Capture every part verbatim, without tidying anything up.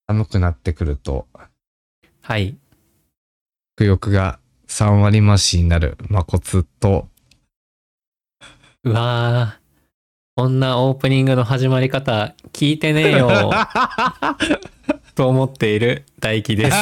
寒くなってくると、 はい。 食欲がさん割増しになるまこつと、 うわー。こんなオープニングの始まり方聞いてねえよと思っている大輝です。 す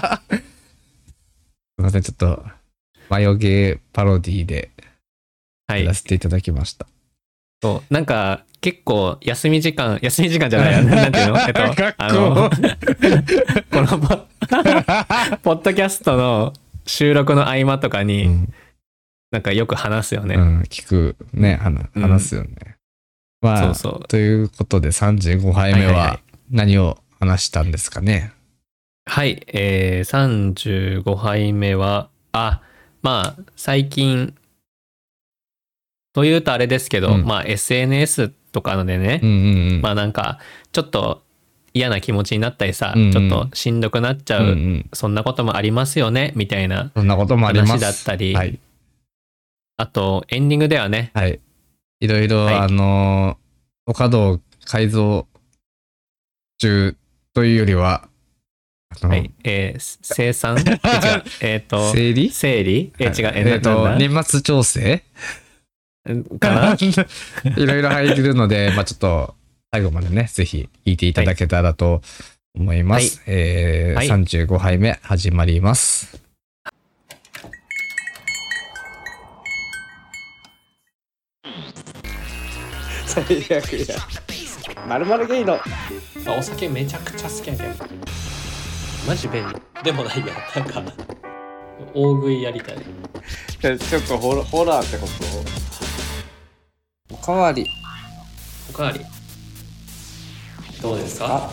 いません、ちょっとマヨゲーパロディではいやら。せていただきました。 そうなんか結構休み時間休み時間じゃないなんていうのえっとあのこのポポッドキャストの収録の合間とかに、うん、なんかよく話すよね。 うん、聞くね、話、話すよね。うん、まあそうそう、ということでさんじゅうごはいめは何を話したんですかね。 はい、はい、えー、さんじゅうごはいめはあまあ最近というとあれですけど、うん、まあ エスエヌエス とかのでね、うんうんうん、まあなんかちょっと嫌な気持ちになったりさ、うんうん、ちょっとしんどくなっちゃう、うんうん、そんなこともありますよねみたいな話だったり、はい、あとエンディングではね、 はい、いろいろ、はい、あのお角を改造中というよりははい、えー、生産え違うえっ、ー、と整理整理え、はい、違うえー、えー、と年末調整かないろいろ入ってるので、まあちょっと最後までね、ぜひ聞いていただけたらと思います。はい、えーはい、さんじゅうごはいめ始まります。 最悪や。まるまるゲイの。あ、 お酒めちゃくちゃ好きやけど。マジ便利。でもないや、なんか大食いやりたい。 ちょっとホラホラーってこと？おかわり。 おかわり。どうですか？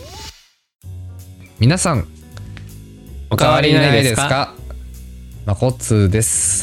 皆さん、おかわりないですか？まこつです。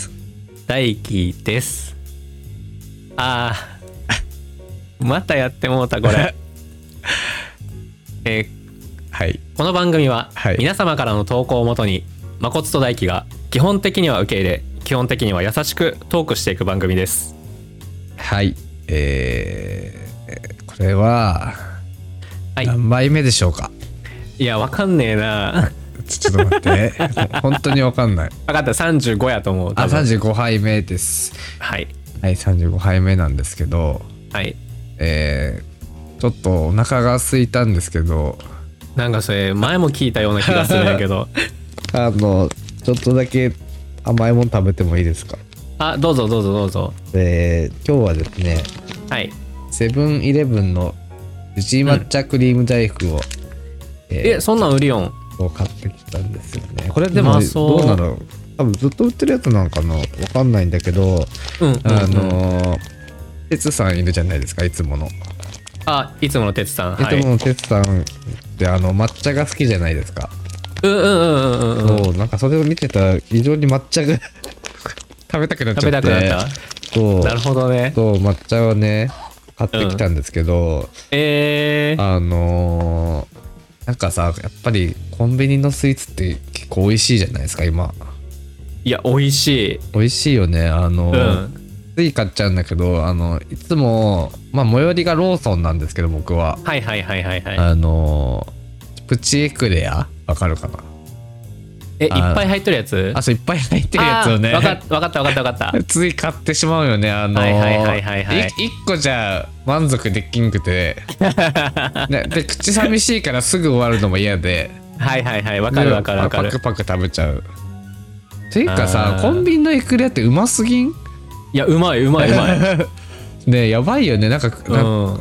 大輝です。あー、またやってもうたこれ。えー、 はい。 この番組は、はい、皆様からの投稿をもとに、まこつと大輝が基本的には受け入れ、基本的には優しくトークしていく番組です。 はい。えー、これは、はい、何枚目でしょうか？ いや、わかんねえな。 ちょっと待って。本当にわかんない。 分かった、さんじゅうごやと思う。 あ、さんじゅうごはいめです。 はい。 はい、さんじゅうごはいめなんですけど、 はい。 えー、ちょっとお腹が空いたんですけど、 なんかそれ、前も聞いたような気がするんやけど。 あの、ちょっとだけ甘いもの食べてもいいですか？ あ、どうぞどうぞどうぞ。 えー、今日はですね、 はい。 セブンイレブンの宇治抹茶クリーム大福を、うん、 えー、え、そんなん売りよんを買ってきたんですよね。これでもどうなの？多分ずっと売ってるやつなんかな、わかんないんだけど、うんうんうん、あの哲さんいるじゃないですか、いつもの。 あ、いつもの哲さん。 いつもの哲さんってあの抹茶が好きじゃないですか。 うんうんうんうんうん。 そう、なんかそれを見てたら非常に抹茶が食べたくなっちゃって。食べたくなった。そう。 なるほどね。 そう、抹茶をね買ってきたんですけど、うん、 えー、 あのー、なんかさ、やっぱりコンビニのスイーツって結構美味しいじゃないですか今。 いや、美味しい。 美味しいよね。あの、うん、つい買っちゃうんだけど、あのいつもまあ最寄りがローソンなんですけど、僕は。 はいはいはいはいはい。 あのプチエクレアわかるかな？ え、いっぱい入ってるやつ？ あ、そう、いっぱい入ってるやつをね。 わかったわかったわかったわかった。 つい買ってしまうよね。あのー、 はいはいはいはいはい。いっこじゃ満足できんくて。で, で口寂しいからすぐ終わるのも嫌で。 はいはいはい、わかるわかるわかる。 パクパク食べちゃう。ていうかさ、コンビニのエクレアってうますぎん？ いや、うまいうまいうまい。 ね、やばいよね。なんか、 うん、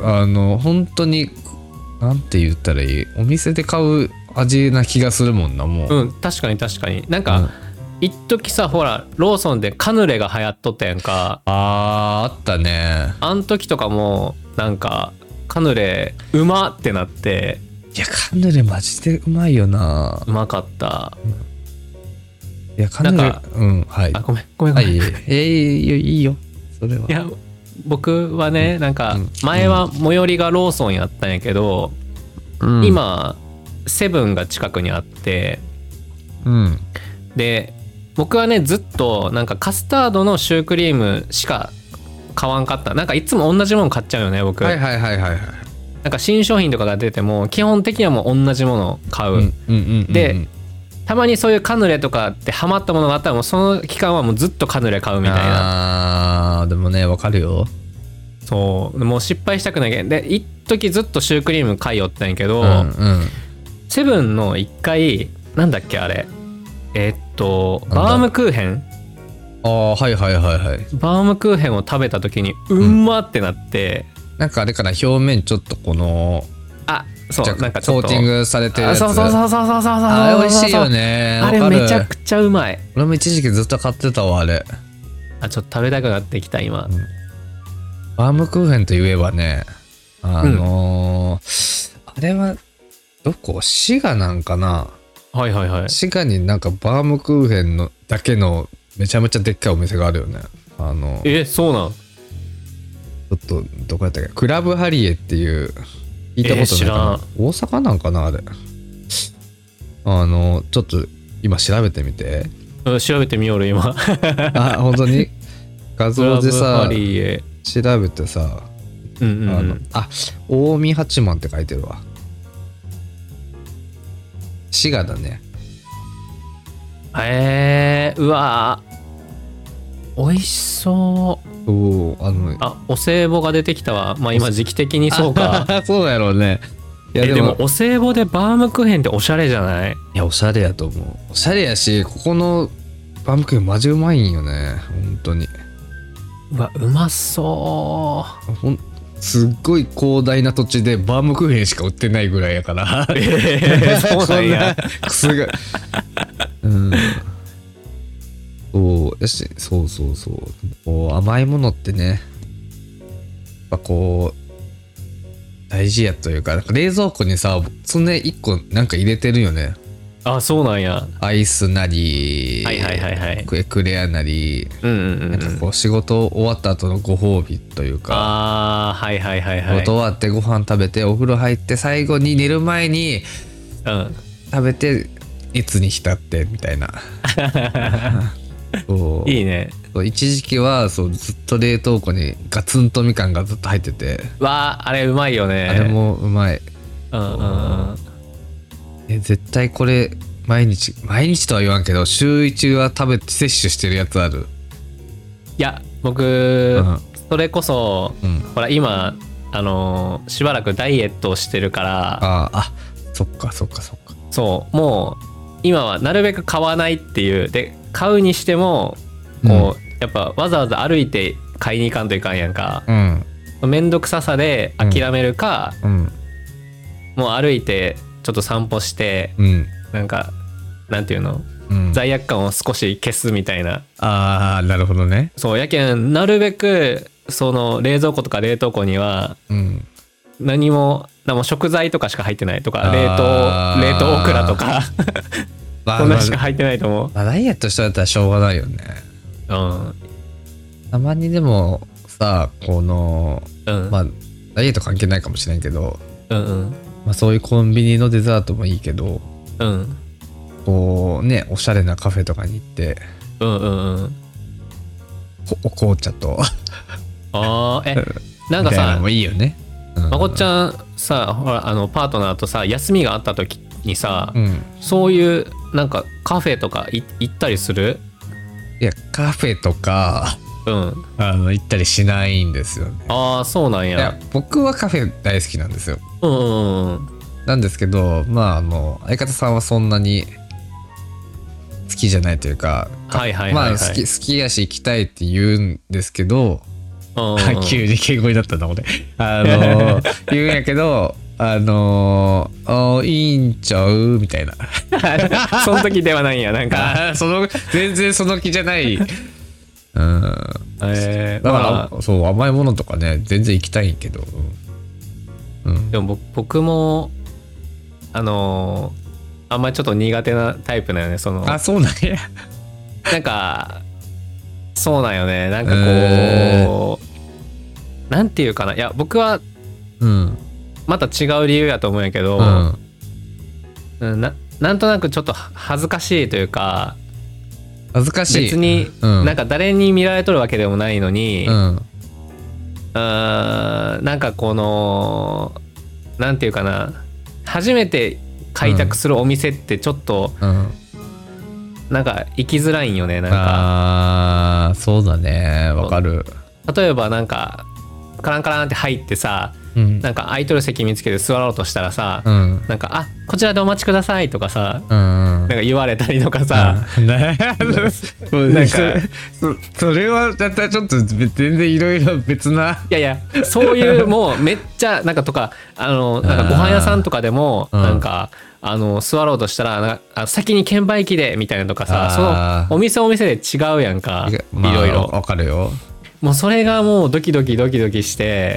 あの本当になんて言ったらいい？お店で買う味な気がするもんな、もう。 うん、確かに確かに。なんか、うん、一時さ、ほらローソンでカヌレが流行っとったやんか。 あー、あったね。 あん時とかもなんかカヌレうまってなって。 いや、カヌレマジでうまいよな。 うまかった、うん、 いや、カヌレ、うん、はい。 あ、ごめんごめんごめん。 はい、えー、いいよいいよそれは。 いや、僕はね、うん、なんか前は最寄りがローソンやったんやけど、うん、今セブンが近くにあって、 うん、 で僕はねずっとなんかカスタードのシュークリームしか買わんかった。なんかいつも同じもの買っちゃうよね僕。 はいはいはいはいはい。 なんか新商品とかが出ても基本的にはもう同じものを買う、 うんうんうんうんうん、 でたまにそういうカヌレとかってハマったものがあったらもうその期間はもうずっとカヌレ買うみたいな。 あーでもねわかるよ。 そうもう失敗したくないけどで一時ずっとシュークリーム買いよったんやけど、 うんうん、 セブンの一回なんだっけあれえー、っとバームクーヘンああはいはいはいはい。 バームクーヘンを食べた時にうんまってなって、 うん、なんかあれかな表面ちょっとこのあそうなんかちょっとコーティングされてるやつ。 そうそうそうそうそうそうそうそうあれ美味しいよね。 あれめちゃくちゃうまい。 俺も一時期ずっと買ってたわあれ。 あちょっと食べたくなってきた今、うん、 バームクーヘンといえばねあのーうん、あれはどこ滋賀なんかな。 はいはいはい。 滋賀になんかバームクーヘンのだけのめちゃめちゃでっかいお店があるよね。あのえそうなん。ちょっとどこやったっけクラブハリエっていう聞いたことないかな、えー、大阪なんかなあれ。あのちょっと今調べてみて。 調べてみよる今あ本当に画像でさ調べてさ、 うんうんうん、 あのあ近江八幡って書いてるわ。滋賀だね。 えー、うわ美味しそう。 おあのあお歳暮が出てきたわ。まあ今時期的にそうかそうやろうね。 いやで も, でもお歳暮でバームクーヘンっておしゃれじゃない？ いやおしゃれやと思う。おしゃれやしここのバームクーヘンマジうまいんよね本当に。 うわうまそうほんすっごい広大な土地でバームクーヘンしか売ってないぐらいやから、 えー、そうなんやくすがうんそうやしそうそうそうこう甘いものってねやっぱこう大事やというか、なんか冷蔵庫にさ常いっこなんか入れてるよね。 あそうなんや。 アイスなり、 はいはいはいはい、 エクレアなり、 うんうんうん、 なんかこう仕事終わった後のご褒美というか、 あはいはいはいはい、 仕事終わってご飯食べてお風呂入って最後に寝る前に、 うん、 食べて熱に浸ってみたいなそういいね。 そう一時期はそうずっと冷凍庫にガツンとみかんがずっと入ってて、 わああれうまいよね。 あれもうまい。 うんうんうん。 え絶対これ毎日毎日とは言わんけど週いちは食べて摂取してるやつある？ いや僕、うん、それこそ、うん、ほら今あのー、しばらくダイエットをしてるから。 ああそっかそっかそっか。 そうもう今はなるべく買わないっていうで、買うにしてもこう、うん、やっぱわざわざ歩いて買いに行かんといかんやんか、うん、めんどくささで諦めるか、うん、もう歩いてちょっと散歩して、うん、なんかなんていうの、うん、罪悪感を少し消すみたいな。 あーなるほどね。 そうやけんなるべくその冷蔵庫とか冷凍庫には何も、何も食材とかしか入ってないとか、冷凍冷凍オクラとかこんなしか入ってないと思う。 まあ、ダイエットしたらったらしょうがないよね。うん。たまにでもさこの、うん、まあダイエット関係ないかもしれんけど、うんうんまあ、そういうコンビニのデザートもいいけど、うん、こうねおしゃれなカフェとかに行って、うんうんうん、お紅茶とあえなんかさもいいよね、 うん、まこっちゃんさほらあのパートナーとさ休みがあった時にさ、うん、そういうなんかカフェとか行ったりする？ いやカフェとか、うん、あの行ったりしないんですよね。 ああそうなんや。 いや僕はカフェ大好きなんですよ。うんうんうん。なんですけどまああの相方さんはそんなに好きじゃないというか、はいはいはいはい、まあ好き好きやし行きたいって言うんですけど、急に敬語になったな俺。あの言うんやけど。あのー、あいいんちゃうみたいなその時ではないんやなんかその全然その気じゃないうん、えー、だから、まあ、そう甘いものとかね全然行きたいんけど、 うん、でも僕もあのー、あんまりちょっと苦手なタイプだよねそのあそうなんやなんかそうなんよねなんかこう、えー、なんていうかないや僕はうんまた違う理由やと思うんやけど、うん、な, なんとなくちょっと恥ずかしいというか恥ずかしい別になんか誰に見られとるわけでもないのに、うん、うーんなんかこのなんていうかな、初めて開拓するお店ってちょっと、うん、なんか行きづらいんよね。なんかあーそうだね、わかる。 例えばなんかカランカランって入ってさ、うん、なんか空いとる席見つけて座ろうとしたらさ、うん、なんかあこちらでお待ちくださいとかさ、うん、なんか言われたりとかさ、うん、なんかそ, それはだったらちょっと全然いろいろ別な、 いやいやそういうもうめっちゃなんかとかあのなんかご飯屋さんとかでもなんか、うん、あの座ろうとしたらなんか先に券売機でみたいなとかさ、そのお店お店で違うやんか、まあ、いろいろわかるよ。 もうそれがもうドキドキドキドキして、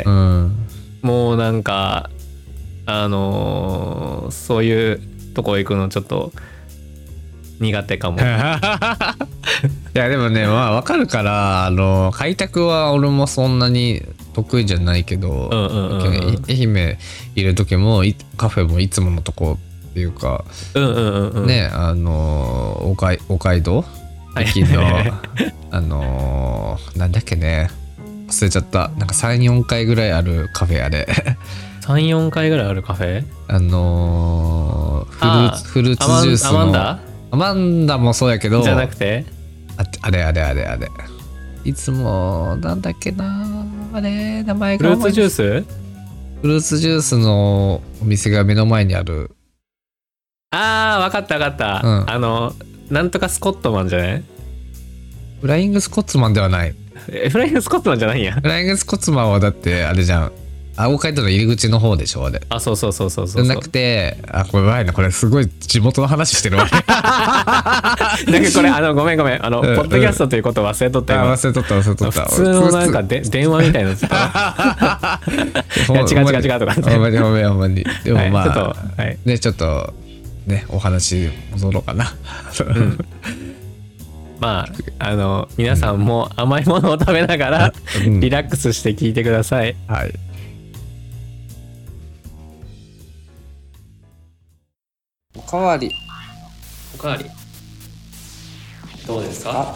うん、もうなんかあのー、そういうとこ行くのちょっと苦手かも。いやでもね、まあわかるから、あの開拓は俺もそんなに得意じゃないけど、うんうんうんうん、愛媛いる時もカフェもいつものとこっていうか、うんうんうんうん、ね、あのおかいお街道駅のあのー、なんだっけね、忘れちゃった。なんか さん,よん 回ぐらいあるカフェあれさん,よん 回ぐらいあるカフェ、 あのー、フルーツフルーツジュースのアマンダアマンダもそうやけど、 じゃなくてあ, あれあれあれあれいつもなんだっけな、あれ名前がフルーツジュースフルーツジュースのお店が目の前にある。 あーわかったわかった、うん、あのなんとかスコットマンじゃない？ フライングスコッツマンではない。 えフライングスコッツマンじゃないんや。 フライングスコッツマンはだってあれじゃん、青街道の入り口の方でしょあれ。 あそうそうそうそうそう。 じゃなくて、あこれやばいな、これすごい地元の話してるわ。なんかこれあのごめんごめん、あの、うん、ポッドキャストということ忘れとったよ。 忘れとった忘れとった。 普通のなんかで電話みたいなやつ。いや違う違う違うとか。 ほんまにほんまにほんまに。でもまあ、 はい、ちょっと、はい、 ねちょっとねお話戻ろうかな。うんまあ、あの皆さんも甘いものを食べながら、うん、リラックスして聞いてください。 はい。 おかわり。 おかわり。どうですか？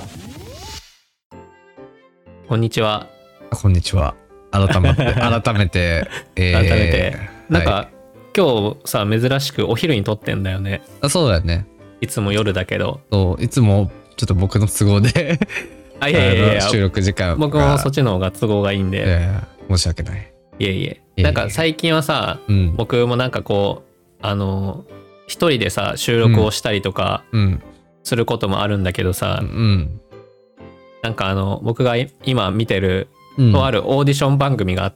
こんにちは。 こんにちは。改めて改めて、 えー、改めてなんか、はい、今日さ珍しくお昼に撮ってんだよね。 あそうだよね。 いつも夜だけど。 そういつもちょっと僕の都合であいやいやいや収録時間僕もそっちの方が都合がいいんで、いやいや申し訳ない。 いえいえ、いえなんか最近はさ、うん、僕もなんかこうあの一人でさ収録をしたりとかすることもあるんだけどさ、うんうん、なんかあの僕が今見てるとあるオーディション番組があって、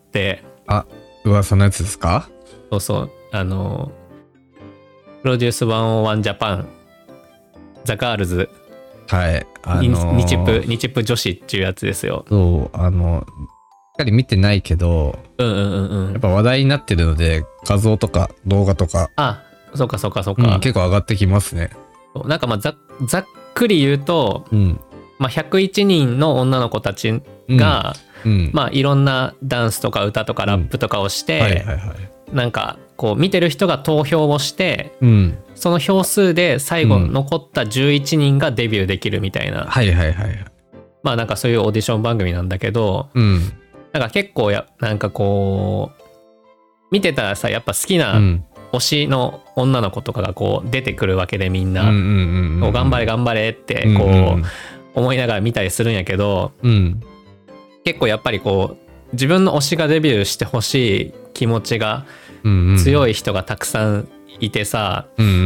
うん、あ噂のやつですか？ そうそうあのプロデュースひゃくいちジャパンザガールズ、 はい、 あのー、日プ日プ女子っていうやつですよ。 そうあのしっかり見てないけど、うんうんうんうん、やっぱ話題になってるので画像とか動画とか、 あそうかそうかそうか、 うん、結構上がってきますね。 なんかまあ ざ, ざっくり言うと、うんまあ、ひゃくいちにんの女の子たちが、うんうん、まあいろんなダンスとか歌とかラップとかをして、うんはいはいはい、なんかこう見てる人が投票をして、うん、その票数で最後残ったじゅういちにんがデビューできるみたいな、うん、 はいはいはい、 まあなんかそういうオーディション番組なんだけど、うん、なんか結構やなんかこう見てたらさやっぱ好きな推しの女の子とかがこう出てくるわけでみんな、うんうんうんうん、頑張れ頑張れってこう、うんうん、思いながら見たりするんやけど、うん、結構やっぱりこう自分の推しがデビューしてほしい気持ちが強い人がたくさんいてさ、うんうんうん、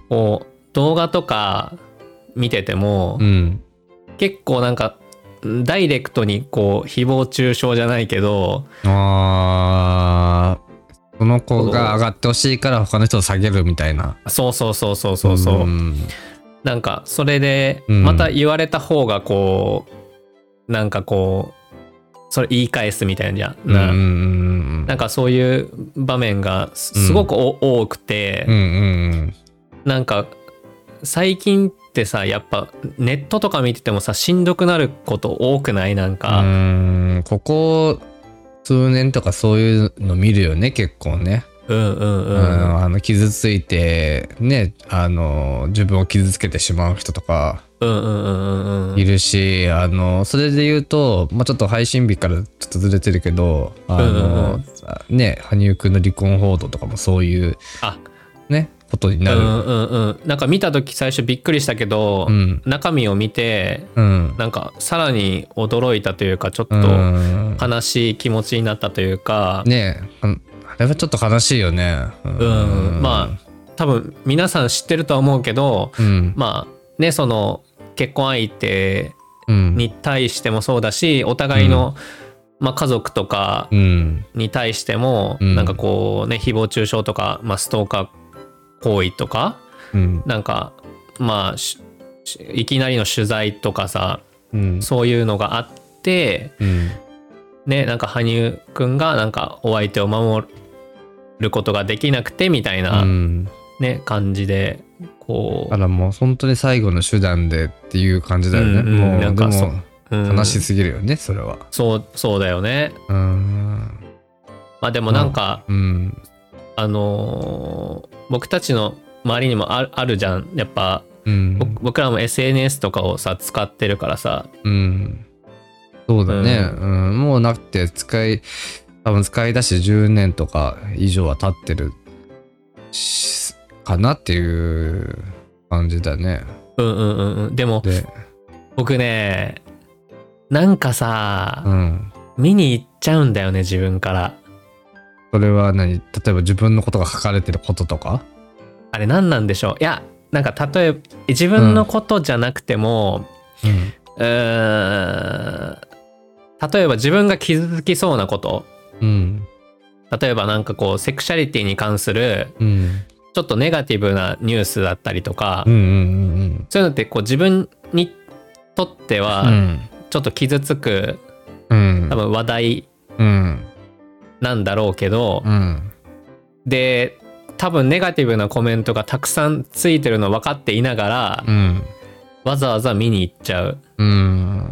こう動画とか見てても、うん、結構なんかダイレクトにこう誹謗中傷じゃないけど、 あその子が上がってほしいから他の人を下げるみたいな。 そうそうそうそうそうそう、うん、なんかそれでまた言われた方がこうなんかこうそれ言い返すみたいなじゃん、うんうんうん、なんかそういう場面がすごく、うん、多くて、うんうんうん、なんか最近ってさやっぱネットとか見ててもさしんどくなること多くない？なんかうーんここ数年とかそういうの見るよね結構ね。 うんうんうん、 あの傷ついてねあの自分を傷つけてしまう人とかいるし、あのそれで言うと、まあ、ちょっと配信日からちょっとずれてるけどあの、うんうんうん、 ね、羽生くんの離婚報道とかもそういうあねことになる。 うんうんうん。なんか見た時最初びっくりしたけど、うん、中身を見て、うん、なんかさらに驚いたというか、ちょっと悲しい気持ちになったというか。 ねえ、あれはちょっと悲しいよね。 うん、うん、まあ多分皆さん知ってるとは思うけど、うん、まあね、その結婚相手に対してもそうだし、お互いの、うん、まあ、家族とかに対しても、うん、なんかこうね、誹謗中傷とか、まあ、ストーカー行為とか、うん、なんかまあいきなりの取材とかさ、うん、そういうのがあって、うん、ね、なんか羽生くんがなんかお相手を守ることができなくてみたいな、うん、ね、感じでこう、 あらもう本当に最後の手段でっていう感じだよね、うんうん、もうなんかそうでも悲しすぎるよね、うん、それは。 そうそうだよね。うん、まあでもなんか、うん、あのー、僕たちの周りにもあ る, あるじゃんやっぱ、うん、僕らも エスエヌエス とかをさ使ってるからさ、うん、 そうだね、うんうん、もうなくて使い多分使い出してじゅうねんとか以上は経ってるかなっていう感じだね。 うんうんうんうん。でもで僕ねなんかさ、うん、見に行っちゃうんだよね自分から。 それは何？例えば自分のことが書かれてることとか？ あれ何なんでしょう。いやなんか例えば自分のことじゃなくても、うん、うーん例えば自分が傷つきそうなこと、うん、例えばなんかこうセクシャリティに関する、うん、ちょっとネガティブなニュースだったりとか、うんうんうんうん、そういうのってこう自分にとってはちょっと傷つく、うん、多分話題、うんなんだろうけど、うん、で多分ネガティブなコメントがたくさんついてるの分かっていながら、うん、わざわざ見に行っちゃう。うん、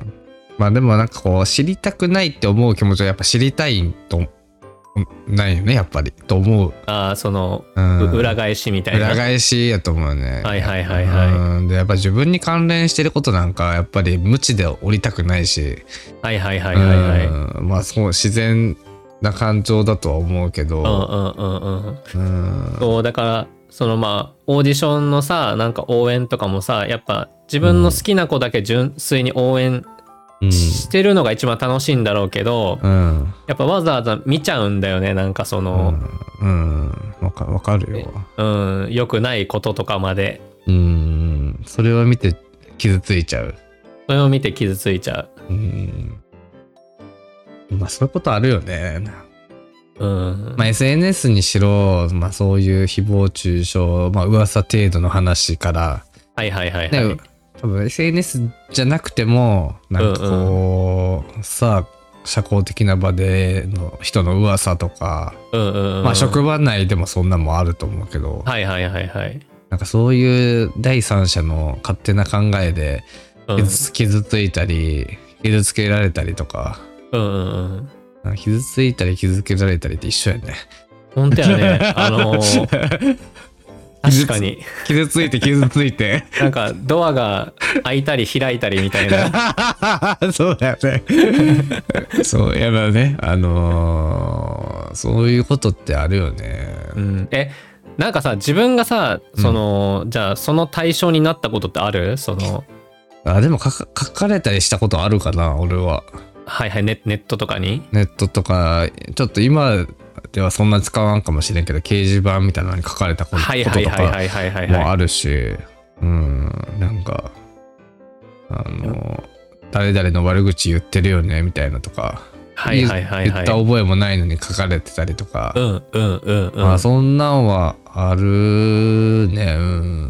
まあでもなんかこう知りたくないって思う気持ちはやっぱ知りたいとないよねやっぱりと思う。 ああその、うん、裏返しみたいな。 裏返しやと思うね。 はいはいはいはい。 うん、でやっぱ自分に関連してることなんかやっぱり無知で降りたくないし。 はいはいはいはいはい。 うん、まあそう自然な感情だとは思うけど、うんうんうんうんうん、そうだからそのまあオーディションのさなんか応援とかもさやっぱ自分の好きな子だけ純粋に応援してるのが一番楽しいんだろうけど、うん、やっぱわざわざ見ちゃうんだよねなんかそのうんわ、うん、か, わかるよ、 うん、良くないこととかまで、 うん、それを見て傷ついちゃう。 それを見て傷ついちゃう。うんまあそういうことあるよね。うん。まあ エスエヌエス にしろ、まあそういう誹謗中傷、まあ噂程度の話から、 はいはいはいはい。 ね、多分 エスエヌエス じゃなくても、なんかこう、うんうん、さあ、社交的な場での人の噂とか、うんうんうん、まあ職場内でもそんなもあると思うけど、 はいはいはいはい。 なんかそういう第三者の勝手な考えで傷、うん、傷ついたり、傷つけられたりとか、うんうんうん、傷ついたり傷つけられたりって一緒やね。 本当やね。あのー、確かに傷ついて傷ついてなんかドアが開いたり開いたりみたいな。 そうだよね。そうやだね。あのー、そういうことってあるよね。 うん、えなんかさ自分がさその、うん、じゃあその対象になったことってある？そのあでも書か、書かれたりしたことあるかな俺は。 はいはい ネ, ネットとかにネットとかちょっと今ではそんな使わんかもしれんけど掲示板みたいなのに書かれたこととかもあるし、うんなんかあの誰々の悪口言ってるよねみたいなとか、はいはいはいはい、言った覚えもないのに書かれてたりとか、うんうんうんうん、まあそんなんはあるね。うん。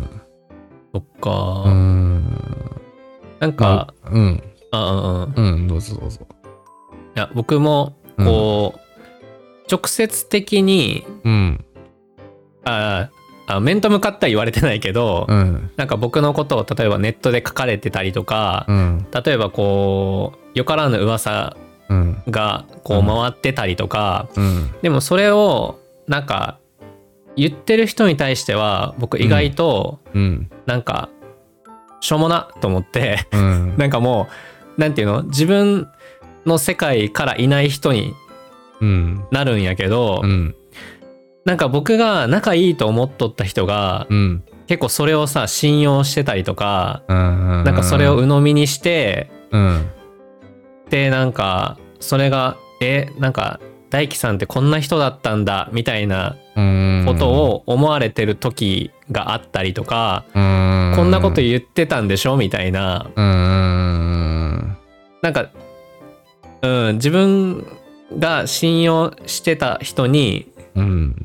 そっか。うん。なんか、 まあ、うん。あうんうんどうぞどうぞ。 いや僕もこう、うん、直接的に、うん、ああ面と向かっては言われてないけど、うん、なんか僕のことを例えばネットで書かれてたりとか、うん、例えばこうよからぬ噂がこう回ってたりとか、うん、でもそれをなんか言ってる人に対しては僕意外となんかしょうもなと思って、うん、なんかもうなんていうの自分の世界からいない人になるんやけど、 うん、 なんか僕が仲いいと思っとった人が、 うん、 結構それをさ信用してたりとか、 うん、 なんかそれを鵜呑みにして、 うん、 でなんかそれがえなんか大輝さんってこんな人だったんだみたいなことを思われてる時があったりとか、 うん、 こんなこと言ってたんでしょみたいな、 うん、 なんか、うん、自分が信用してた人に、 うん、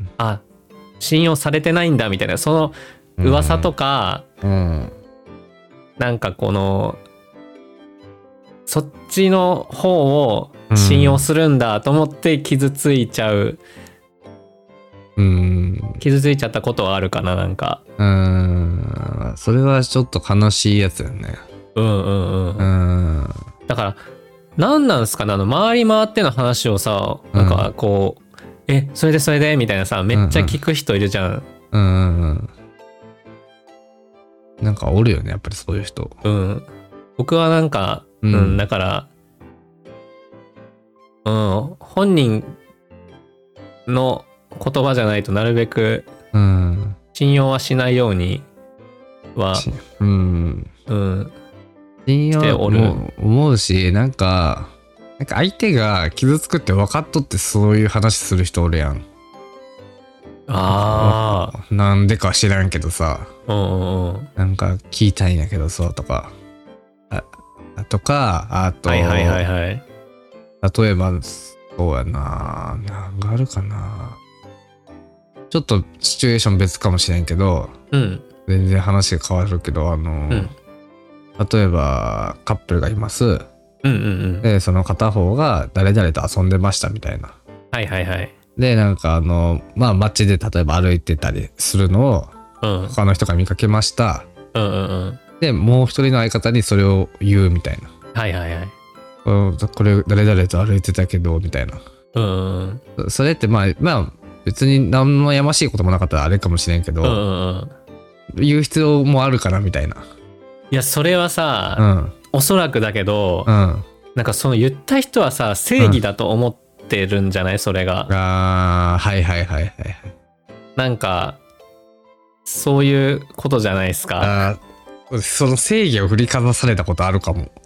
あ信用されてないんだみたいな、その噂とか、 うん、 なんかこのそっちの方を信用するんだと思って傷ついちゃう、 うん、 傷ついちゃったことはあるかな、なんか。 うん、それはちょっと悲しいやつよね。 うんうんうん。 うん、 だから何なんすかね、あの回り回っての話をさ、なんかこう、うん、えそれでそれでみたいなさ、めっちゃ聞く人いるじゃん。 うんうんうん。なんかおるよね、やっぱりそういう人。 うん。僕はなんか、うん、うん、だから、うん、本人の言葉じゃないとなるべく信用はしないようには、 うん、 うん、 信用も思うし、なんか、なんか相手が傷つくって分かっとってそういう話する人おるやん。 ああ。なんでか知らんけどさ。 うんうんうん。 なんか聞いたいんやけどさとか。あとか、あと、 はいはいはいはい。 例えば、そうやな。なんかあるかな。ちょっとシチュエーション別かもしれんけど、 うん、 全然話が変わるけど、あの、うん、例えばカップルがいます。 うんうんうん、 でその片方が誰々と遊んでましたみたいな。 はいはいはい。 でなんかあのまあ街で例えば歩いてたりするのを、うん、他の人が見かけました。 うんうんうん、 でもう一人の相方にそれを言うみたいな。 はいはいはい。 これ誰々と歩いてたけどみたいな。 うんうん、 それってまあまあ別に何のやましいこともなかったらあれかもしれんけど、うんうんうん、言う必要もあるかなみたいな。 いやそれはさ、うん、おそらくだけど、 うん、 なんかその言った人はさ正義だと思ってるんじゃない、それが。 ああはいはいはいはい。 なんかそういうことじゃないですか。 あその正義を振りかざされたことあるかも。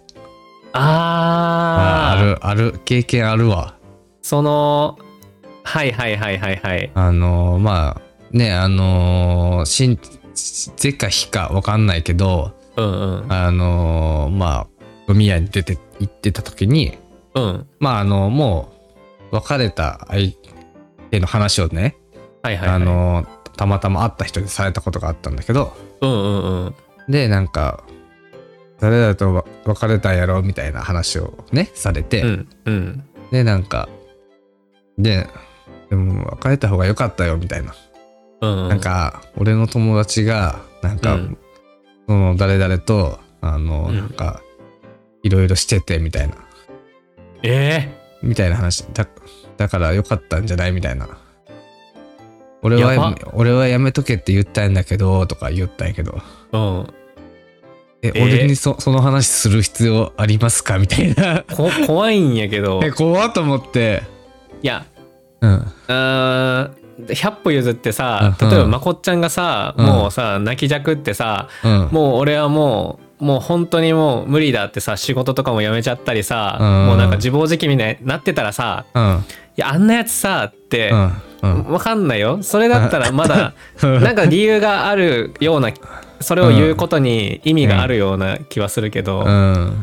あああるある経験あるわ。 そのはいはいはいはいはい。 あのー、まあねあのー、し是か非か分かんないけど、 うんうん、 あのー、まあ飲み屋に出て行ってた時に、 うん、 まああのもう別れた相手の話をね、 はいはいはい、 あのー、たまたま会った人にされたことがあったんだけど、 うんうんうん、 でなんか誰だと別れたんやろみたいな話をねされて、 うんうん、 でなんかででも別れた方が良かったよみたいな、 うんうん、 なんか俺の友達がなんか、うん、その誰々とあの、うん、なんかいろいろしててみたいな、 えー、みたいな話 だ, だから良かったんじゃないみたいな。俺は俺はやめとけって言ったんだけどとか言ったんやけど、 うん、 え、え俺に そ, その話する必要ありますかみたいなこ怖いんやけどえ怖っと思って、 いやうんあひゃっぽ譲ってさ、例えばまこっちゃんがさ、うん、もうさ泣きじゃくってさ、うん、もう俺はもうもう本当にもう無理だってさ仕事とかも辞めちゃったりさ、うん、もうなんか自暴自棄みたいになってたらさ、うん、いやあんなやつさって、うんうん、分かんないよ。それだったらまだなんか理由があるようなそれを言うことに意味があるような気はするけど、うん、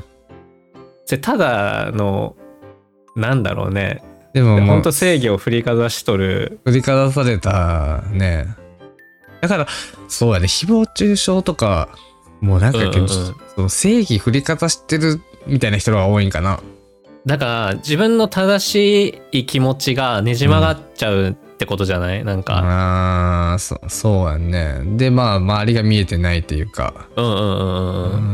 それただのなんだろうね。でも本当正義を振りかざしとる。 振りかざされたね。だからそうやね、誹謗中傷とかもうなんか、うんうん、その正義振りかざしてるみたいな人が多いんかな。 だから自分の正しい気持ちがねじ曲がっちゃうってことじゃない、うん、なんかああ そ, そうやね。でまあ周りが見えてないっていうか、 うんうんうんうん、うん、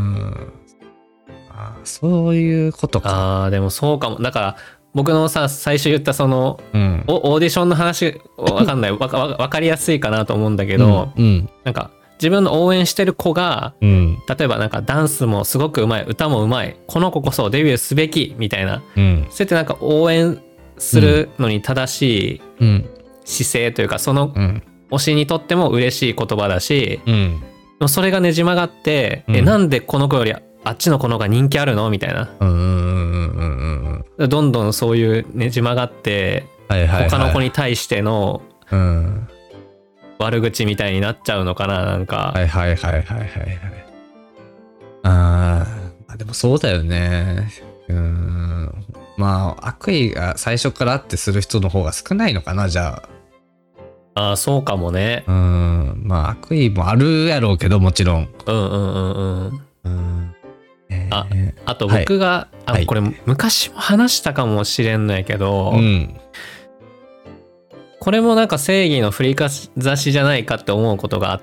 あそういうことか。 ああでもそうかも。だから僕のさ最初言ったその、うん、オーディションの話わかんないわかわかりやすいかなと思うんだけど、うんうん、なんか自分の応援してる子が、うん、例えばなんかダンスもすごくうまい歌もうまいこの子こそデビューすべきみたいな、うん、そうやってなんか応援するのに正しいうん姿勢というか、そのうん推しにとっても嬉しい言葉だし、 うんでもそれがねじ曲がって、 うんえなんでこの子よりあっちの子の方が人気あるのみたいな、 うんうんうんうんうんどんどんそういうねじ曲がってはいはいはい他の子に対してのうん悪口みたいになっちゃうのかな、なんか、 はいはいはいはいはいはいあーでもそうだよね。うーんまあ悪意が最初からあってする人の方が少ないのかな、じゃああそうかもね。 あ。うんまあ悪意もあるやろうけどもちろん。 うんうんうんうんうんえーああと僕が、あはいこれ昔も話したかもしれんのやけど、 うんこれもなんか正義の振りかざしじゃないかって思うことがあって、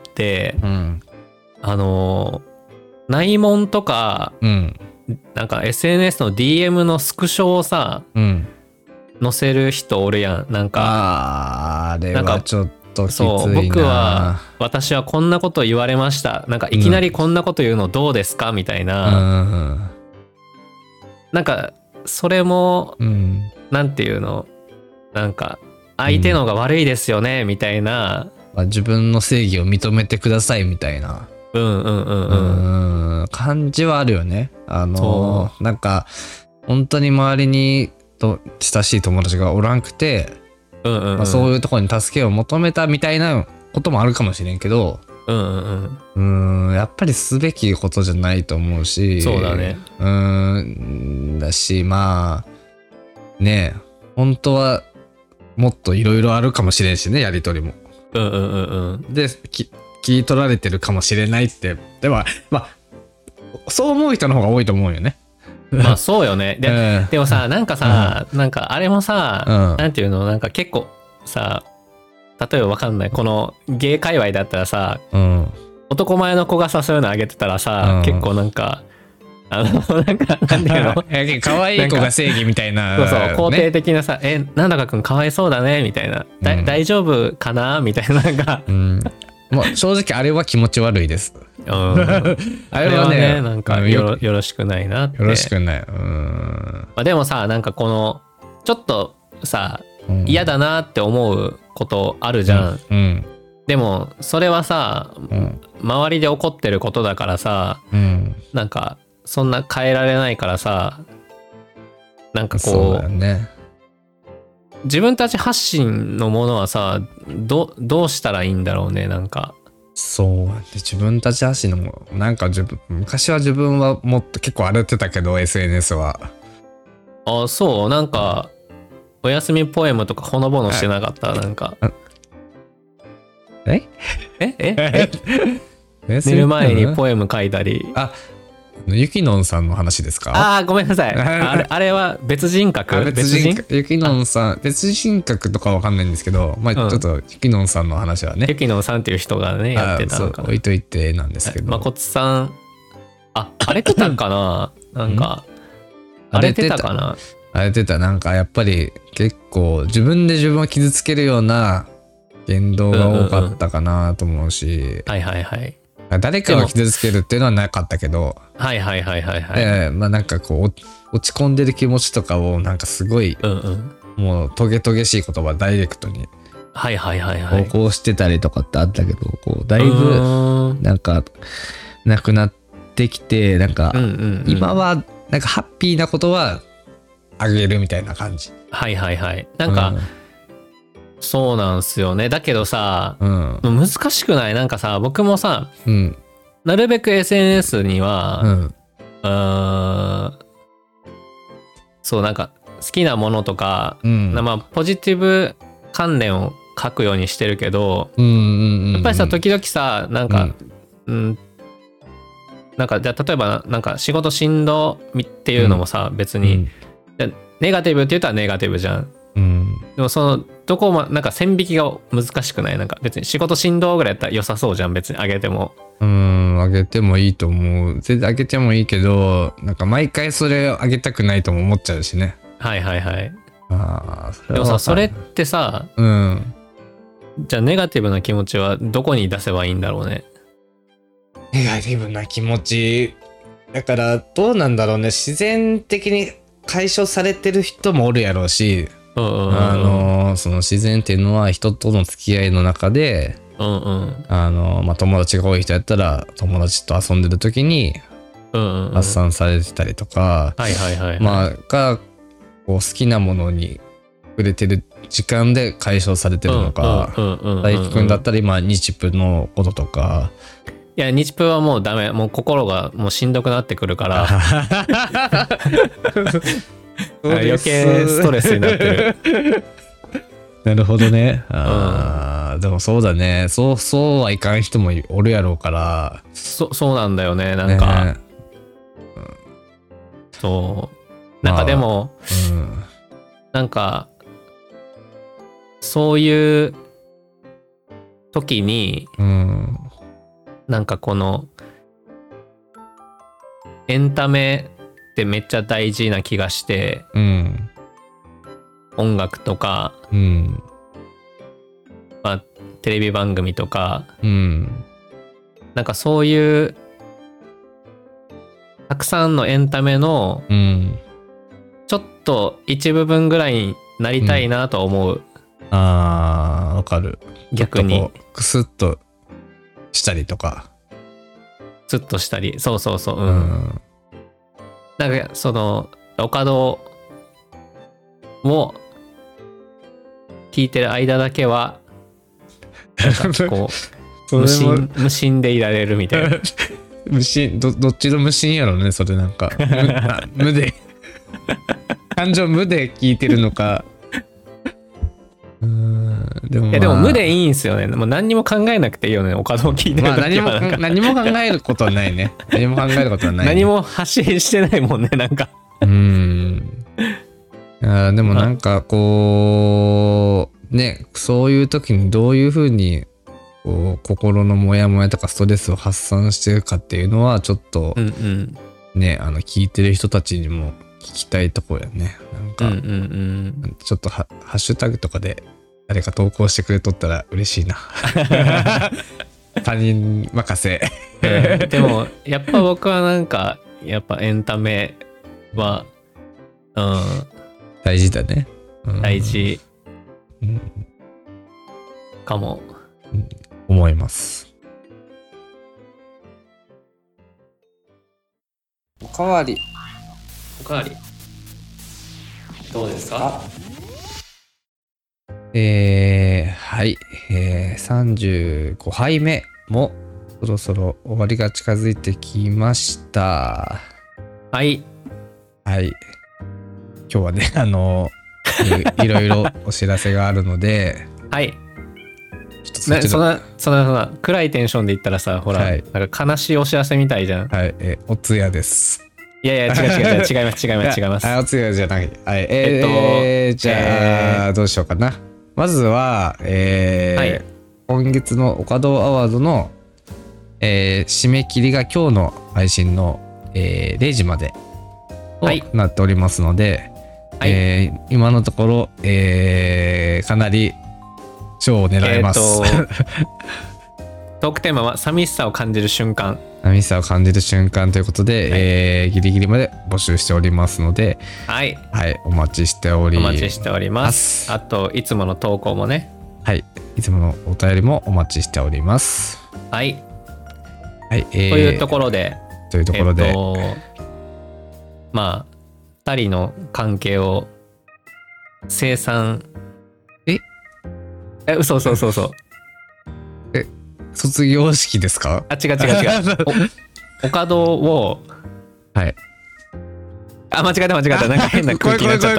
うんあの内門とかうんなんか エスエヌエス の ディーエム のスクショをさうん載せる人おるやん。なんかあーあれなんかはちょっときついな。 そう僕は私はこんなこと言われました、なんかいきなりこんなこと言うのどうですかみたいな、 うんなんかそれもうんなんていうの、なんか相手のが悪いですよねみたいな、 まあ、自分の正義を認めてくださいみたいな、 うんうんうんううんん、感じはあるよね。あのなんか本当に周りにと親しい友達がおらんくて、 うんうんうんまあ、そういうところに助けを求めたみたいなこともあるかもしれんけど、 うんうんうんうんやっぱりすべきことじゃないと思うし、 そうだね。 うんだしまあねえ本当はもっといろいろあるかもしれんしね、やりとりも。 うんうんうんうんでき聞い取られてるかもしれないって、でもまあそう思う人の方が多いと思うよね。 まあそうよね。で、 うんでもさなんかさ、なんかあれもさ、 うんなんていうの、なんか結構さ、例えばわかんないこのゲイ界隈だったらさ、 うん男前の子がさそういうのあげてたらさ、 うん結構なんかあのなんかなんていうの可愛い子が正義みたいな、 そうそう肯定ね、 的なさ、えなんだかくんかわいそうだねみたいな、だうん大丈夫かなみたいな、なんか、 うんもう正直あれは気持ち悪いです。 うん、ああれはねなんかうんよよろよろしくないなって。 よろしくない。うんまあ、でもさなんかこのちょっとさ嫌だなって思うことあるじゃん、 うんでもそれはさ、 うん周りで起こってることだからさ、 うんなんかそんな変えられないからさ、なんかそうこうだよね。 自分たち発信のものはさどどうしたらいいんだろうね、なんか。 そうで自分たち発信のもなんか自分昔は自分はもっと結構荒れてたけど エスエヌエス はあそうなんかお休みポエムとかほのぼのしてなかった、なんかええええ寝寝る前にポエム書いたり。 あゆきのんさんの話ですか？ ああごめんなさい、あれあれは別人格あ別人格ゆきのんさん別人格とかわかんないんですけど、まあちうんょっとゆきのんさんの話はね、 ゆきのさんっていう人がねやってたのかな。 あそう置いといてなんですけど、 まこつさんあ荒れてたんかななんか荒れてたかな。 荒れてた。なんかやっぱり結構自分で自分を傷つけるような言動が多かったかなと思うし、 はいはいはい誰かを傷つけるっていうのはなかったけど、 はいはいはいはいはい、 えーまあなんかこう落落ち込んでる気持ちとかをなんかすごいうんうんもうトゲトゲしい言葉ダイレクトにはいはいはいはい投稿してたりとかってあったけど、こうだいぶうーんなんかなくなってきて、なんかうんうんうん今はなんかハッピーなことはあげるみたいな感じ。 はいはいはいなんか、そうなんすよね。だけどさうん難しくない？なんかさ僕もさうんなるべく エスエヌエス には、 うんうーんそうなんか好きなものとか、 うんまあポジティブ関連を書くようにしてるけど、 うんうんうんやっぱりさ時々さなんか、うんなんかじゃあ例えばなんか仕事しんどみっていうのもさ、別に、じゃあネガティブって言ったらネガティブじゃん。 うんでもそのどこもなんか線引きが難しくない？なんか別に仕事しんどぐらいやったら良さそうじゃん、別にあげても。 うんあげてもいいと思う。全然あげてもいいけど、なんか毎回それをあげたくないとも思っちゃうしね。 はいはいはい。 ああでもさそれってさうんじゃあネガティブな気持ちはどこに出せばいいんだろうね。 ネガティブな気持ちだからどうなんだろうね。自然的に解消されてる人もおるやろうし、 うんうんうん、 あのその自然っていうのは人との付き合いの中で、 うんうん、 あのまあ、友達が多い人やったら友達と遊んでる時に発散されてたりとか、 はいはいはい、はい、 まあがこう好きなものに触れてる時間で解消されてるのか、大輝くんだったら今日プのこととか。 いや日プはもうダメ、もう心がもうしんどくなってくるから余計ストレスになってるなるほどね。あ、うん、でもそうだね、そうそうはいかん人もおるやろうから。 そそうなんだよね、なんか、ね、うん、そうなんかでも、まあ、うん、なんかそういう時に、うん、なんかこのエンタメってめっちゃ大事な気がして、うん、音楽とか、うん、まあテレビ番組とか、うん、なんかそういうたくさんのエンタメの、うん、ちょっと一部分ぐらいになりたいなと思う、うん、 あーわかる。 逆にクスッとしたりとかスッとしたり、そうそうそう、うん、うん、なんかそのオカドを聞いてる間だけはなんかこう無心無心でいられるみたいな無心 ど, どっちの無心やろね、それ。なんか無, 無で感情無で聞いてるのか。うーん、でも、まあ、 いやでも無でいいんすよね。もう何にも考えなくていいよね、お門を聞いてる時は。まあ、何も何も考えることはないね。何も考えることはない、ね、 何も発信してないもんね、なんか。 うーん。あ、でもなんかこうね、そういう時にどういうふうにこう心のモヤモヤとかストレスを発散してるかっていうのはちょっと、うんうん、ね、あの聞いてる人たちにも聞きたいところやね。なんか、うんうんうん、ちょっとハッシュタグとかで誰か投稿してくれとったら嬉しいな。他人任せ、 うん、でもやっぱ僕はなんかやっぱエンタメは、うん、 大事だね、 うん、大事、うん、かも、 うん、思います。 おかわりおかわりどうですか？ えー、はい、えー、さんじゅうごはいめもそろそろ終わりが近づいてきました。 はいはい、今日はね、あのい, いろいろお知らせがあるのではいちょっと そ, ね、そんなそんなそんな暗いテンションで言ったらさ、ほら、はい、なんか悲しいお知らせみたいじゃん。 はい、えお通夜です。 いやいや違う違う違う違います違います違います。 あ、お通夜じゃない。はい、えー、えー、じゃあ、えー、どうしようかな。まずは、えーはい、今月のオカドアワードの、えー、締め切りが今日の配信の、えー、れいじまでとなっておりますので、はい、えー、今のところ、えー、かなり賞を狙えます。えー、 トークテーマは寂しさを感じる瞬間。 寂しさを感じる瞬間ということで、はい、えー、ギリギリまで募集しておりますので、 はい、 はい、お待ちしております。 お待ちしております。あといつもの投稿もね。 はい、いつものお便りもお待ちしております。 はい。 はい、えー、 というところで、 というところで、えっと、 まあふたりの関係を清算。 え？ え、嘘嘘嘘嘘。 え、卒業式ですか？ あ、違う違う違う。お、お門を、 はい。 あ、間違えた間違えた。なんか変な空気になっちゃった。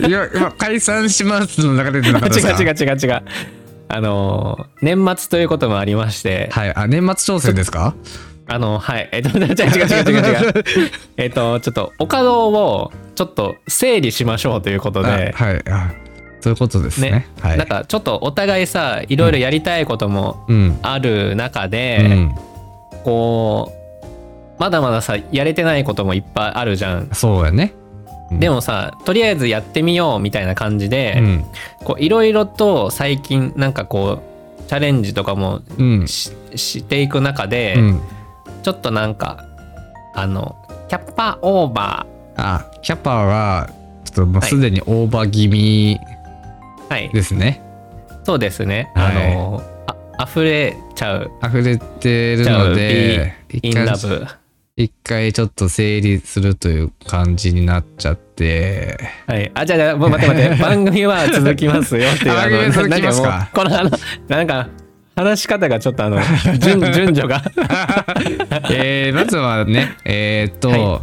いや、今解散しますの中で出てなかったですか？ 違う違う違う違う。あのー、年末ということもありまして。 はい。あ、年末調整ですか？ あの、はい。えっと、違う違う違う違う違う。えっと、ちょっと、お門を、ちょっと整理しましょうということで。 はい。あ、そういうことですね。ね、はい。 なんか、ちょっとお互いさ、いろいろやりたいこともある中で、うん、こう、まだまださ、やれてないこともいっぱいあるじゃん。 そうやね。 うん、でもさ、とりあえずやってみようみたいな感じで、うん、こう、いろいろと最近、なんかこう、チャレンジとかも し,、うん、していく中で、うん、ちょっとなんかあのキャッパーオーバーあキャッパーはちょっともうすでにオーバー気味ですね。 はい、そうですね。 はい、 あのあ溢れちゃう。 溢れてるので、 インラブ。 一回ちょっと整理するという感じになっちゃって。 はい。あ、じゃあ、じゃあ、もう待って待って。番組は続きますよっていう。 番組続きますか。 このあの、なんか、話し方がちょっとあの、順, 順序が。 えー、まずはね、えー、っと、 はい、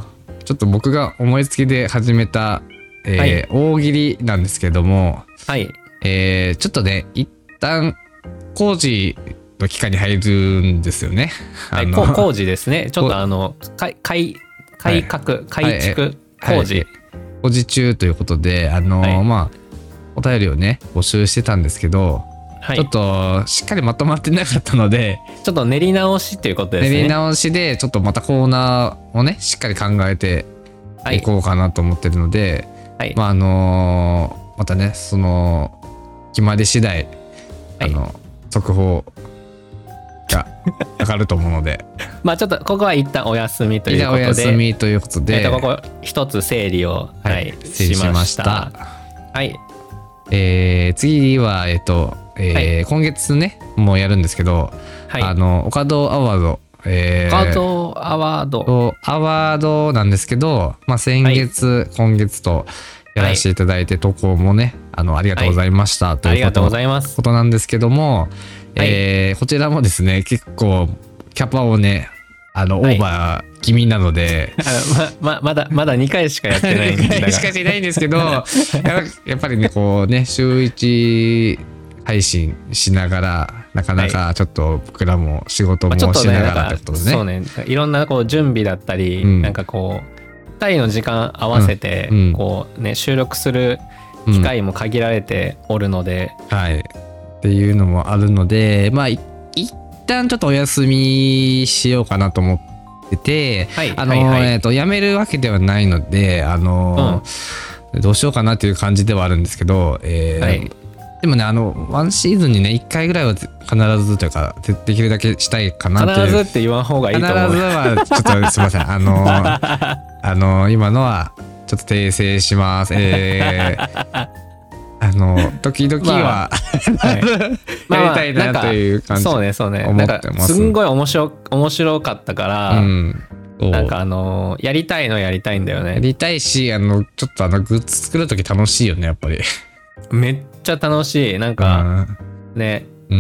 ちょっと僕が思いつきで始めた、えーはい、大喜利なんですけども、 はい。 えー、ちょっとね、一旦工事の期間に入るんですよね。 はい、工事ですね。ちょっとあの、改改改革、はい、改築、工事、はい。 工事中ということで、あの、はい、まあ、お便りをね、募集してたんですけど、はい、ちょっとしっかりまとまってなかったので、 ちょっと練り直しっていうことですね。 練り直しで、ちょっとまたコーナーをね、しっかり考えていこうかなと思ってるので、はい、まああのー、またね、その決まり次第、はい、あの速報が上がると思うのでまあちょっとここは一旦お休みということで、 お休みということで、 えー、とここ一つ整理を、はいはい、整理しました。はい。 えー、次はえっ、ー、と、えーはい、今月ねもうやるんですけど、はい、あのオカドアワード、えー、オカドアワードアワードなんですけど、まあ、先月、はい、今月とやらせていただいて、はい、投稿もねあのありがとうございました、はい、ということことなんですけども、はい、えー、こちらもですね結構キャパをねあの、はい、オーバー気味なのであの、まま、まだまだにかいしかやってないんだにかいしかしてないんですけどや, やっぱりねこうね週いち配信しながらなかなかちょっと僕らも仕事もしながらってことでね、 そうね、いろんなこう準備だったり、うん、なんかこうふたりの時間合わせてこう、ね、収録する機会も限られておるので、 うん、はいっていうのもあるので、まあ一旦ちょっとお休みしようかなと思ってて、はい、あの、はいはい、えっとやめるわけではないので、あの、うん、どうしようかなっていう感じではあるんですけど、えーはい、でもねあのワンシーズンにねいっかいぐらいは必ずというかできるだけしたいかなっていう。 必ずって言わん方がいいと思う。 必ずはちょっとすいませんあのあの今のはちょっと訂正します。えーあの時々は、まあはい、やりたいなという感じ、 そうねそうね、思ってます。すんごい面白面白かったから、うん、なんかあのやりたいのやりたいんだよね。 やりたいし、あのちょっとあのグッズ作る時楽しいよねやっぱり。 めっちゃ楽しい。なんか、うん、ね、 うん、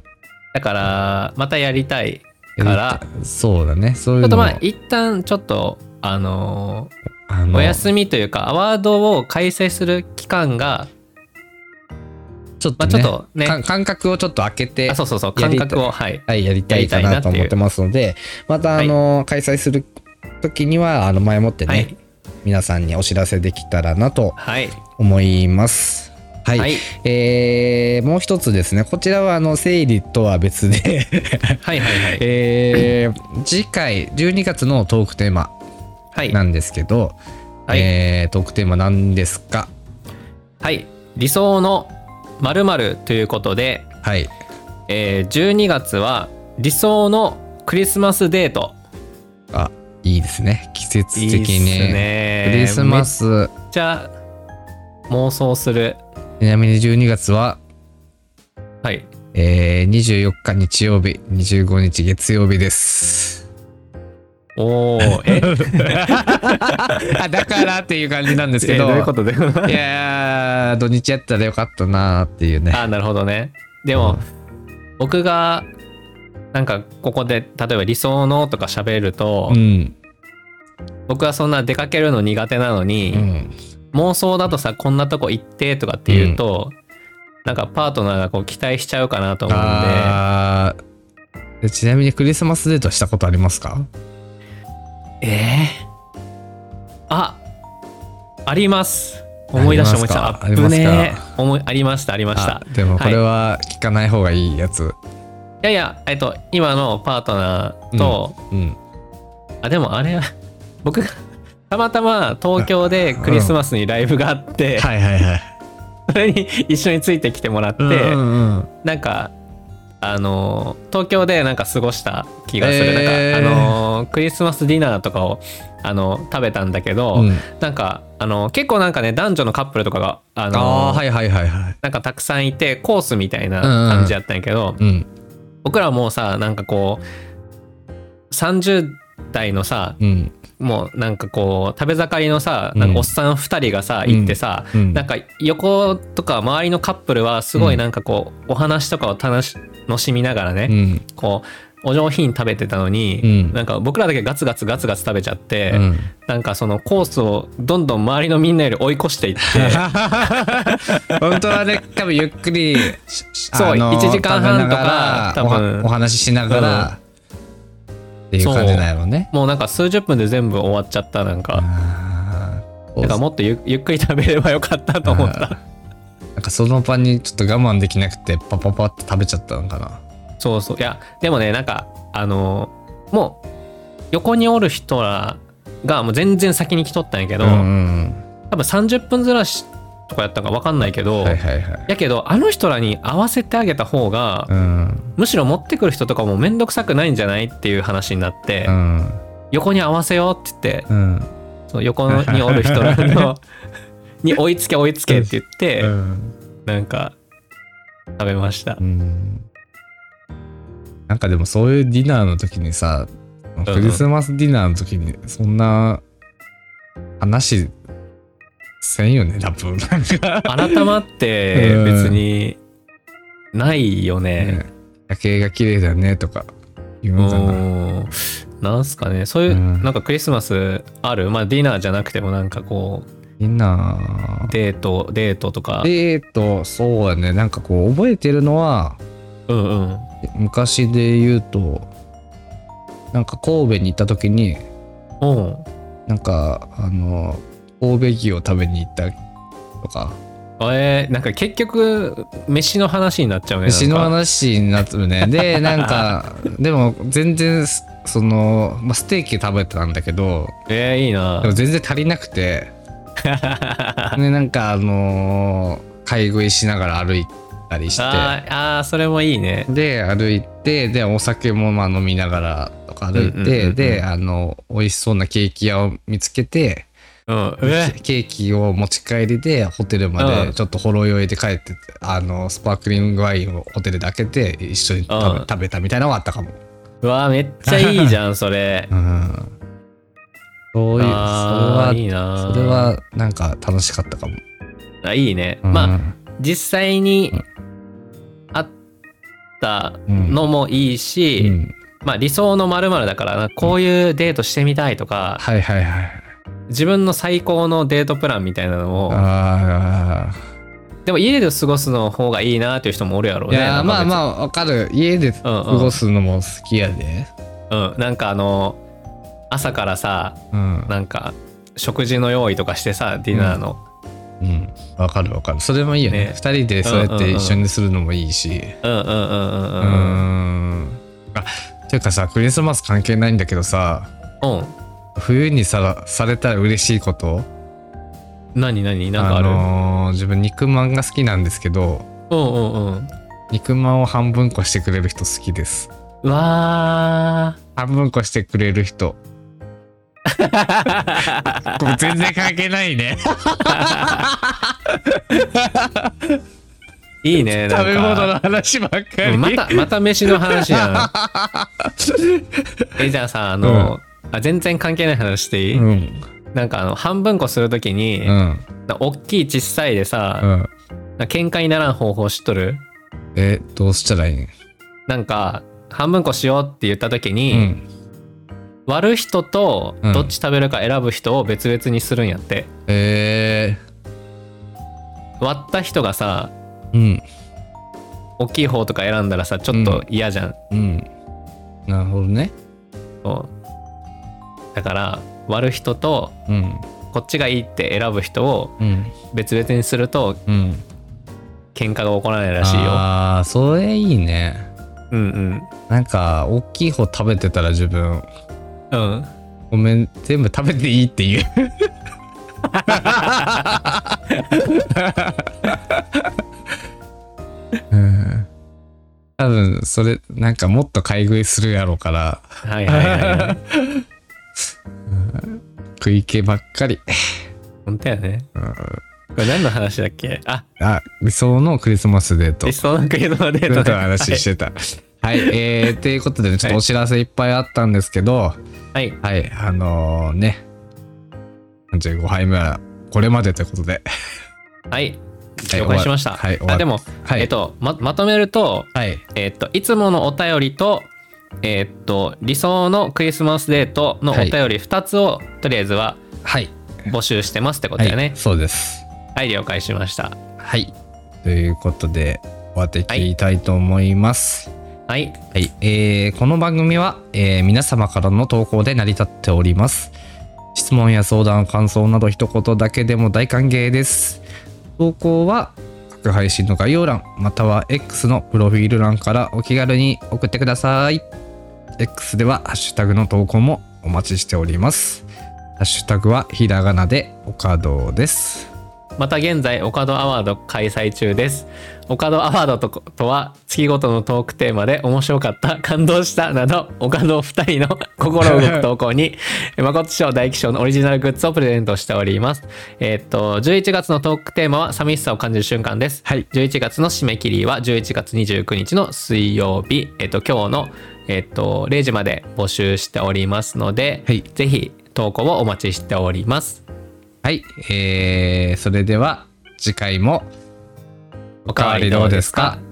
だからまたやりたいから、 そうだね。そういうのちょっとまあ一旦ちょっとあのー、あのお休みというかアワードを開催する期間がちょっと ね,、まあ、ちょっとね感覚をちょっと開けて、 あそうそうそう感覚をはい、 はい、やりたいかなと思ってますので、またあの、はい、開催する時にはあの前もってね、はい、皆さんにお知らせできたらなと思います。はい、はい、えー、もう一つですね、こちらはあの整理とは別ではいはいはい、 えー、次回じゅうにがつのトークテーマなんですけど、はい、えー、トークテーマなんですか？ はい、理想の〇〇ということで、 はい、 えー、じゅうにがつは理想のクリスマスデート。 あ、いいですね、季節的に。いいですね、クリスマスめっちゃ妄想する。 ちなみにじゅうにがつは、 はい、 えー、にじゅうよっか日曜日、にじゅうごにち月曜日です。 おー、えあ、だからっていう感じなんですけど、 えー、どういうことでいやー土日やったらよかったなーっていうね。 あ、なるほどね。でも、うん、僕がなんかここで例えば理想のとか喋ると、うん、僕はそんな出かけるの苦手なのに、うん、妄想だとさこんなとこ行ってとかって言うと、うん、なんかパートナーがこう期待しちゃうかなと思うんで。 あー、ちなみにクリスマスデートしたことありますか？ えー、あ、あります。思い出した思い出した。あぶねー。思いありましたありました。 でもこれは聞かない方がいいやつ。 はい、いやいや、えっと今のパートナーと、うんうん、あでもあれは僕がたまたま東京でクリスマスにライブがあって、うん、はいはいはい。それに一緒についてきてもらって、うんうんうん、なんかあの東京でなんか過ごした気がする、えー、なんかあのクリスマスディナーとかをあの食べたんだけど、うん、なんかあの結構なんかね男女のカップルとかがあのあ、はいはいはいはい、 なんかたくさんいてコースみたいな感じやったんやけど、うんうん、僕らもうさなんかこうさんじゅう代のさ、うん、もうなんかこう食べ盛りのさなんかおっさんふたりがさ、うん、行ってさ、うん、なんか横とか周りのカップルはすごいなんかこう、うん、お話とかを楽しみながらね、うん、こうお上品食べてたのに、うん、なんか僕らだけガツガツガツガツ食べちゃって、うん、なんかそのコースをどんどん周りのみんなより追い越していって本当はね多分ゆっくりそういちじかんはんとか多分お, お話ししながら、うんっていう感じなんやろうね。 もうなんか数十分で全部終わっちゃったなんか。だからもっと ゆ, ゆっくり食べればよかったと思った。 なんかその場にちょっと我慢できなくてパパパって食べちゃったのかな。 そうそういやでもねなんかあのもう横におる人らがもう全然先に来とったんやけど、うんうん、多分さんじゅっぷんずらしとかやったか分かんないけど、はいはいはい、やけどあの人らに合わせてあげた方が、うん、むしろ持ってくる人とかもめんどくさくないんじゃないっていう話になって、うん、横に合わせようって言って、うん、その横におる人らのに追いつけ追いつけって言って、うん、なんか食べました、うん、 なんかでもそういうディナーの時にさクリスマスディナーの時にそんな話せんよね多分改まって別にないよね、ね夜景が綺麗だねとか言うんかななんすかねそういう、うん、なんかクリスマスあるまあディナーじゃなくてもなんかこうディナーデートデートとかデートそうやねなんかこう覚えてるのはうんうん昔で言うとなんか神戸に行った時にうんなんかあの神戸牛を食べに行ったとかえー、なんか結局飯の話になっちゃうね飯の話になってるねでなんかでも全然その、まあ、ステーキ食べてたんだけどえー、いいなでも全然足りなくてでなんかあのー、買い食いしながら歩いたりしてああそれもいいねで歩いてでお酒もまあ飲みながらとか歩いて、うんうんうんうん、であの美味しそうなケーキ屋を見つけてうん、ケーキを持ち帰りでホテルまでちょっとほろ酔いで帰って、うん、あのスパークリングワインをホテルで開けて一緒に食べ、うん、食べたみたいなのがあったかも。 うわめっちゃいいじゃんそれ、うん、 そういうそれはいいなそれはなんか楽しかったかも。 あいいね、うん、まあ実際にあったのもいいし、うんうん、まあ理想の〇〇だからなこういうデートしてみたいとか、 うん、はいはいはい自分の最高のデートプランみたいなのをあでも家で過ごすの方がいいなっていう人もおるやろうね。 いやまあまあわかる家で過ごすのも好きやで、 うん、うん、なんかあの朝からさ、うん、なんか食事の用意とかしてさディナーのうんわ、うん、かるわかるそれもいいよね、ねふたりでそうやって一緒にするのもいいしうんうんうんうんうんうんあていうかさクリスマス関係ないんだけどさうん冬にさされたら嬉しいこと何何なんかある、あのー、自分肉まんが好きなんですけどうんうんうん肉まんを半分こしてくれる人好きです。 うわー半分こしてくれる人これ全然関係ないねいいねなんか食べ物の話ばっかりまたまた飯の話やんえじゃあさあの、うんあ全然関係ない話していい、うん、なんかあの半分こするときに、うん、大きい小さいでさ、うん、喧嘩にならん方法知っとる？ えどうしたらいいん？ なんか半分こしようって言ったときに、うん、割る人とどっち食べるか選ぶ人を別々にするんやって。へ、うん、割った人がさ、うん、大きい方とか選んだらさちょっと嫌じゃん。うん、うん、 なるほどね。 そうだから割る人と、うん、こっちがいいって選ぶ人を別々にすると、うん、喧嘩が起こらないらしいよ。 ああそれいいね。うんうんなんか大きい方食べてたら自分うんごめん全部食べていいって言ううん、 多分それなんかもっと買い食いするやろうから、 はいはいはい、はい、 食い気ばっかり。 本当やね、うん、これ何の話だっけ。ああ理想のクリスマスデート。 理想のクリスマスデートの話してた。はい、はい、えー、ということでねちょっとお知らせいっぱいあったんですけど、 はいはいあのー、ねさんじゅうごはいめはこれまでということではい了解しました。 はい、 あでも、 はい、 えっと ま, まとめると、 はい、 えっといつものお便りとえっと理想のクリスマスデートのお便りふたつを、はい、とりあえずは募集してますってことだよね。 はい、そうです。 はい了解しました。 はいということで終わっていきたいと思います。 はい、 はい、えー、この番組は、えー、皆様からの投稿で成り立っております。質問や相談感想など一言だけでも大歓迎です。投稿は各配信の概要欄または X のプロフィール欄からお気軽に送ってください。 X ではハッシュタグの投稿もお待ちしております。ハッシュタグはひらがなでおかどです。 また現在オカドアワード開催中です。オカドアワード と, とは月ごとのトークテーマで面白かった感動したなどオカドふたりの心動く投稿に誠賞大吉賞のオリジナルグッズをプレゼントしております。えっとじゅういちがつのトークテーマは寂しさを感じる瞬間です、はい、じゅういちがつの締め切りはじゅういちがつにじゅうくにちの水曜日、えっと今日の、えっと、れいじまで募集しておりますので、はい、ぜひ投稿をお待ちしております。 はい、えー、それでは次回もおかわりどうですか。